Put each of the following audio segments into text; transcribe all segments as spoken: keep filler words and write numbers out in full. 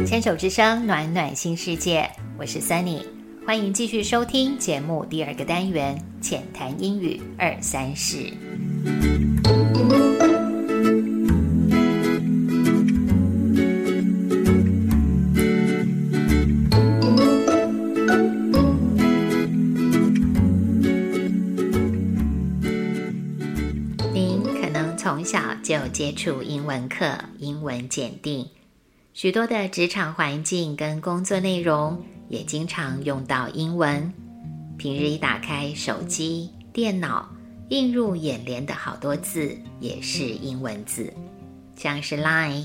牵手之声，暖暖新世界，我是 Sunny， 欢迎继续收听节目第二个单元浅谈英语二三事。您可能从小就接触英文课、英文检定，许多的职场环境跟工作内容也经常用到英文。平日一打开手机、电脑，映入眼帘的好多字也是英文字，像是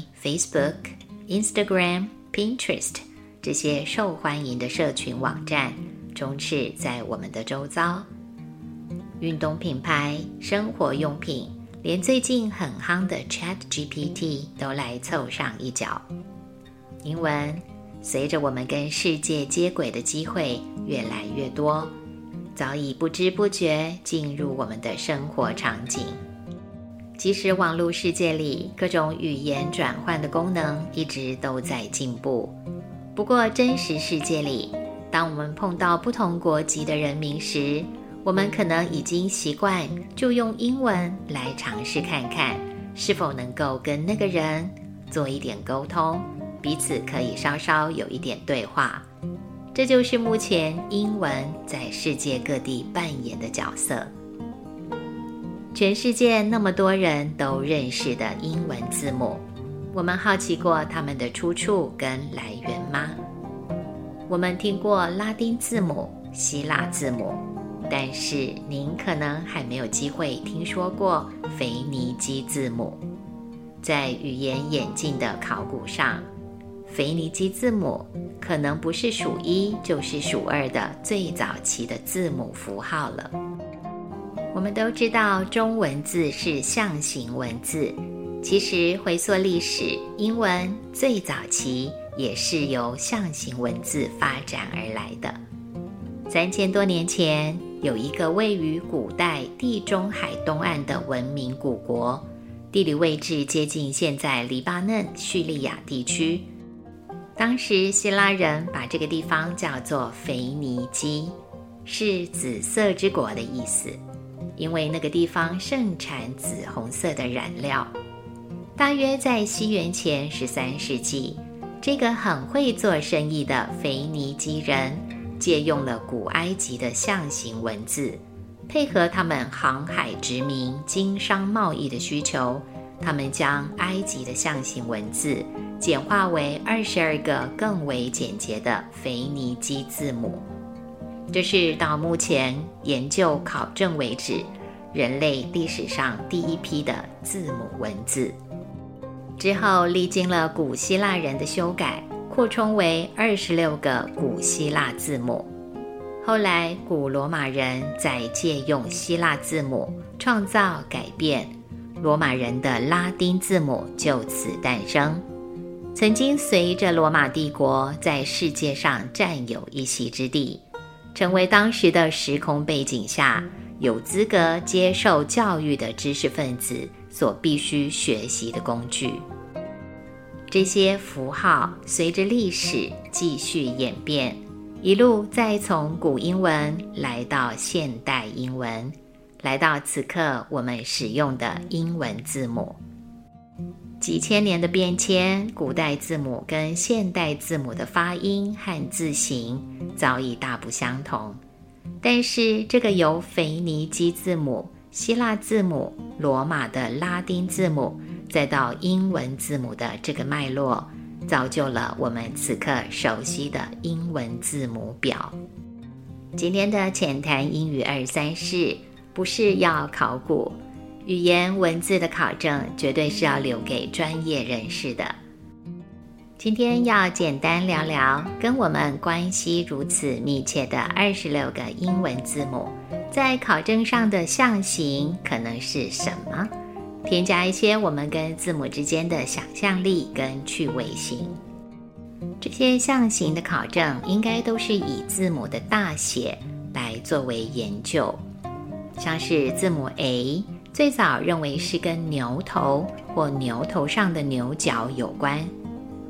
Line、Facebook、Instagram、Pinterest 这些受欢迎的社群网站充斥在我们的周遭。运动品牌、生活用品，连最近很夯的 ChatGPT 都来凑上一脚。英文随着我们跟世界接轨的机会越来越多，早已不知不觉进入我们的生活场景。即使网络世界里各种语言转换的功能一直都在进步，不过真实世界里，当我们碰到不同国籍的人民时，我们可能已经习惯就用英文来尝试看看是否能够跟那个人做一点沟通，彼此可以稍稍有一点对话。这就是目前英文在世界各地扮演的角色。全世界那么多人都认识的英文字母，我们好奇过它们的出处跟来源吗？我们听过拉丁字母、希腊字母，但是您可能还没有机会听说过腓尼基字母。在语言演进的考古上，腓尼基字母可能不是数一就是数二的最早期的字母符号了。我们都知道中文字是象形文字，其实回溯历史，英文最早期也是由象形文字发展而来的。三千多年前，有一个位于古代地中海东岸的文明古国，地理位置接近现在黎巴嫩、叙利亚地区。当时希腊人把这个地方叫做腓尼基，是紫色之国的意思，因为那个地方盛产紫红色的染料。大约在西元前十三世纪，这个很会做生意的腓尼基人借用了古埃及的象形文字，配合他们航海殖民、经商贸易的需求，他们将埃及的象形文字简化为二十二个更为简洁的腓尼基字母。这是到目前研究考证为止，人类历史上第一批的字母文字。之后历经了古希腊人的修改，扩充为二十六个古希腊字母。后来古罗马人再借用希腊字母创造改变，罗马人的拉丁字母就此诞生。曾经随着罗马帝国在世界上占有一席之地，成为当时的时空背景下有资格接受教育的知识分子所必须学习的工具。这些符号随着历史继续演变，一路再从古英文来到现代英文，来到此刻我们使用的英文字母。几千年的变迁，古代字母跟现代字母的发音和字形早已大不相同，但是这个由腓尼基字母、希腊字母、罗马的拉丁字母再到英文字母的这个脉络，造就了我们此刻熟悉的英文字母表。今天的浅谈英语二三事不是要考古，语言文字的考证绝对是要留给专业人士的。今天要简单聊聊跟我们关系如此密切的二十六个英文字母，在考证上的象形可能是什么，添加一些我们跟字母之间的想象力跟趣味性。这些象形的考证应该都是以字母的大写来作为研究，像是字母 A 最早认为是跟牛头或牛头上的牛角有关，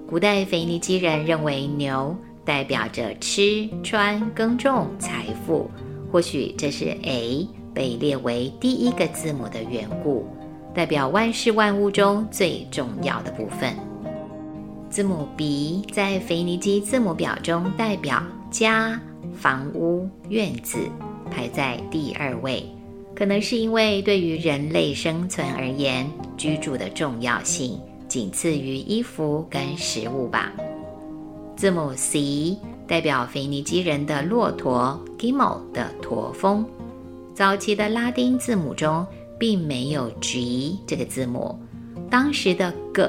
古代腓尼基人认为牛代表着吃、穿、耕种、财富，或许这是 A 被列为第一个字母的缘故，代表万事万物中最重要的部分。字母 B 在腓尼基字母表中代表家、房屋、院子，排在第二位，可能是因为对于人类生存而言，居住的重要性仅次于衣服跟食物吧。字母 C 代表腓尼基人的骆驼 Gimel 的驼峰。早期的拉丁字母中并没有 G 这个字母，当时的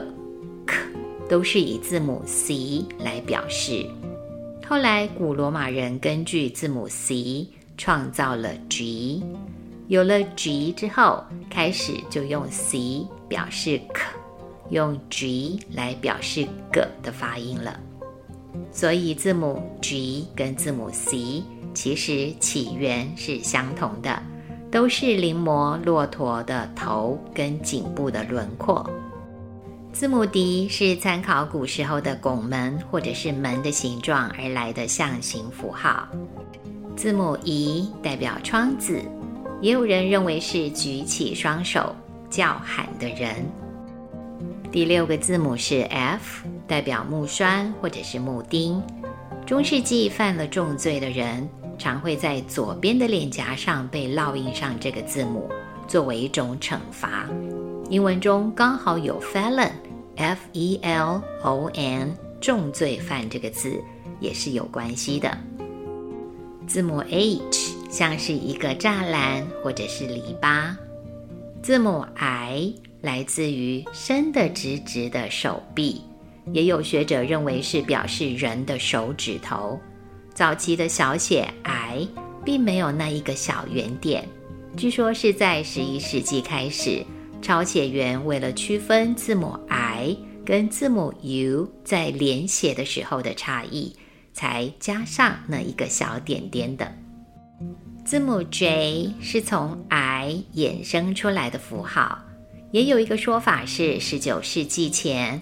G、K 都是以字母 C 来表示。后来古罗马人根据字母 C 创造了 G， 有了 G 之后，开始就用 C 表示 K， 用 G 来表示 G 的发音了。所以字母 G 跟字母 C 其实起源是相同的，都是临摹骆驼的头跟颈部的轮廓。字母 D 是参考古时候的拱门或者是门的形状而来的象形符号。字母 E 代表窗子，也有人认为是举起双手叫喊的人。第六个字母是 F， 代表木栓或者是木钉。中世纪犯了重罪的人常会在左边的脸颊上被烙印上这个字母，作为一种惩罚。英文中刚好有 felon F E L O N 重罪犯这个字也是有关系的。字母 H 像是一个栅栏或者是篱笆。字母 I 来自于伸得直直的手臂，也有学者认为是表示人的手指头。早期的小写 I 并没有那一个小圆点，据说是在十一世纪开始，抄写员为了区分字母 I 跟字母 U 在连写的时候的差异，才加上那一个小点点的。字母 J 是从 I 衍生出来的符号，也有一个说法是十九世纪前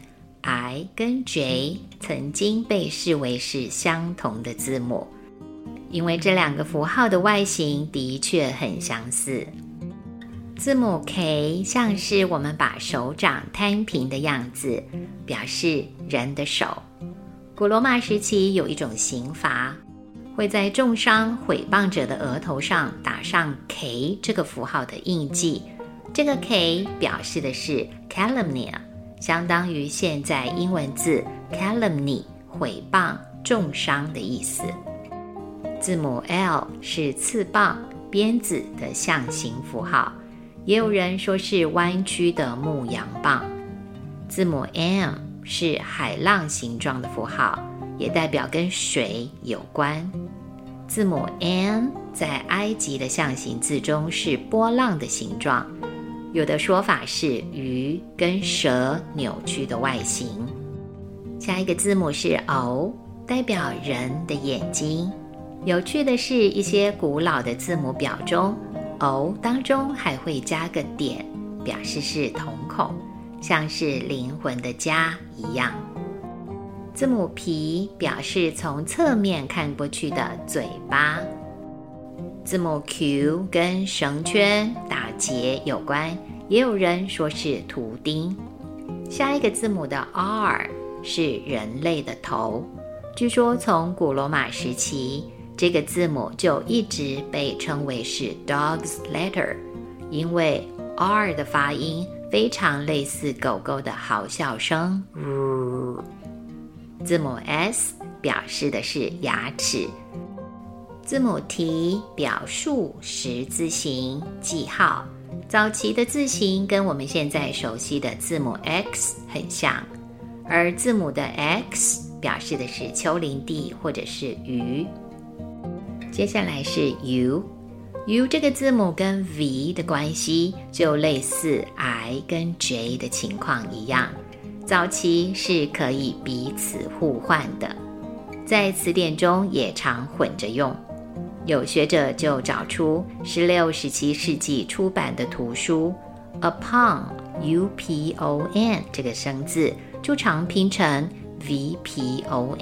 I 跟 J 曾经被视为是相同的字母，因为这两个符号的外形的确很相似。字母 K 像是我们把手掌摊平的样子，表示人的手。古罗马时期有一种刑罚，会在重伤毁谤者的额头上打上 K 这个符号的印记，这个 K 表示的是 calumnia， 相当于现在英文字 calumny 毁谤、重伤的意思。字母 L 是刺棒、鞭子的象形符号，也有人说是弯曲的牧羊棒。字母 M 是海浪形状的符号，也代表跟水有关。字母 N 在埃及的象形字中是波浪的形状，有的说法是鱼跟蛇扭曲的外形。下一个字母是 O， 代表人的眼睛。有趣的是，一些古老的字母表中 O 当中还会加个点，表示是瞳孔，像是灵魂的家一样。字母 P 表示从侧面看过去的嘴巴。字母 Q 跟绳圈、打结有关，也有人说是图钉。下一个字母的 R 是人类的头，据说从古罗马时期，这个字母就一直被称为是 dog's letter， 因为 R 的发音非常类似狗狗的嚎笑声。字母 S 表示的是牙齿。字母 T 表述十字形、记号。早期的字形跟我们现在熟悉的字母 X 很像，而字母的 X 表示的是丘陵地或者是鱼。接下来是 U，U 这个字母跟 V 的关系就类似 I 跟 J 的情况一样，早期是可以彼此互换的，在词典中也常混着用。有学者就找出十六、十七世纪出版的图书 upon U P O N 这个生字就常拼成 V P O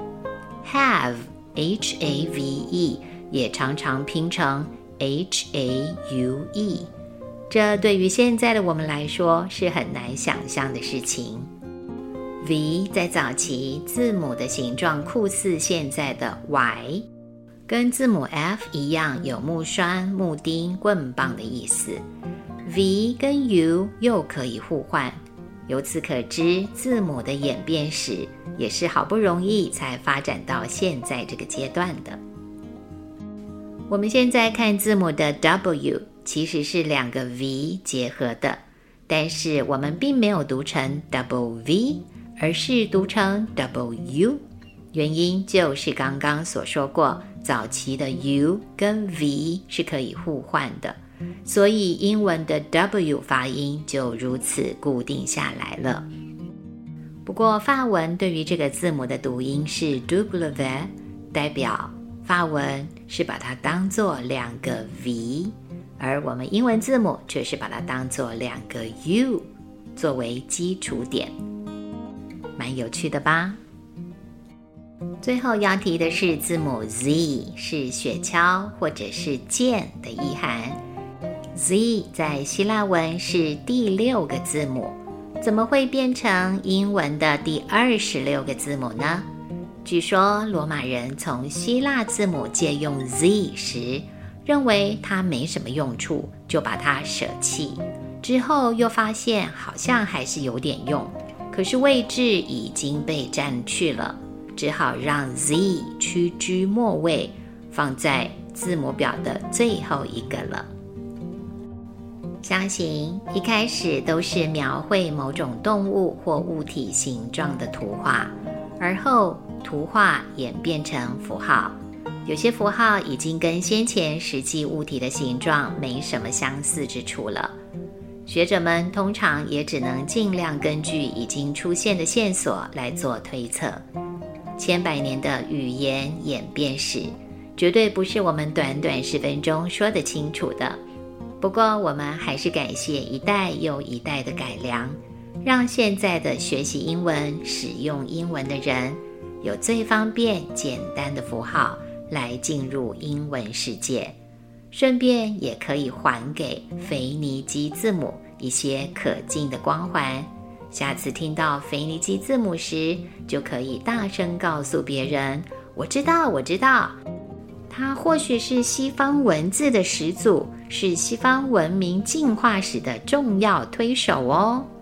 N。Have H A V E 也常常拼成 H A U E， 这对于现在的我们来说是很难想象的事情。V 在早期字母的形状酷似现在的 Y， 跟字母 F 一样有木栓、木钉、棍棒的意思。V 跟 U 又可以互换，由此可知字母的演变史也是好不容易才发展到现在这个阶段的。我们现在看字母的 W 其实是两个 V 结合的，但是我们并没有读成 double V， 而是读成 double U， 原因就是刚刚所说过，早期的 U 跟 V 是可以互换的，所以英文的 W 发音就如此固定下来了。不过法文对于这个字母的读音是 W， 代表法文是把它当作两个 V， 而我们英文字母却是把它当作两个 U 作为基础点，蛮有趣的吧？最后要提的是字母 Z， 是雪橇或者是剑的意涵。Z 在希腊文是第六个字母，怎么会变成英文的第二十六个字母呢？据说罗马人从希腊字母借用 Z 时，认为它没什么用处，就把它舍弃。之后又发现好像还是有点用，可是位置已经被占去了，只好让 Z 屈居末位，放在字母表的最后一个了。象形一开始都是描绘某种动物或物体形状的图画，而后图画演变成符号，有些符号已经跟先前实际物体的形状没什么相似之处了。学者们通常也只能尽量根据已经出现的线索来做推测。千百年的语言演变史，绝对不是我们短短十分钟说得清楚的。不过我们还是感谢一代又一代的改良，让现在的学习英文、使用英文的人有最方便简单的符号来进入英文世界，顺便也可以还给腓尼基字母一些可敬的光环。下次听到腓尼基字母时，就可以大声告诉别人，我知道我知道，它或许是西方文字的始祖，是西方文明进化史的重要推手哦。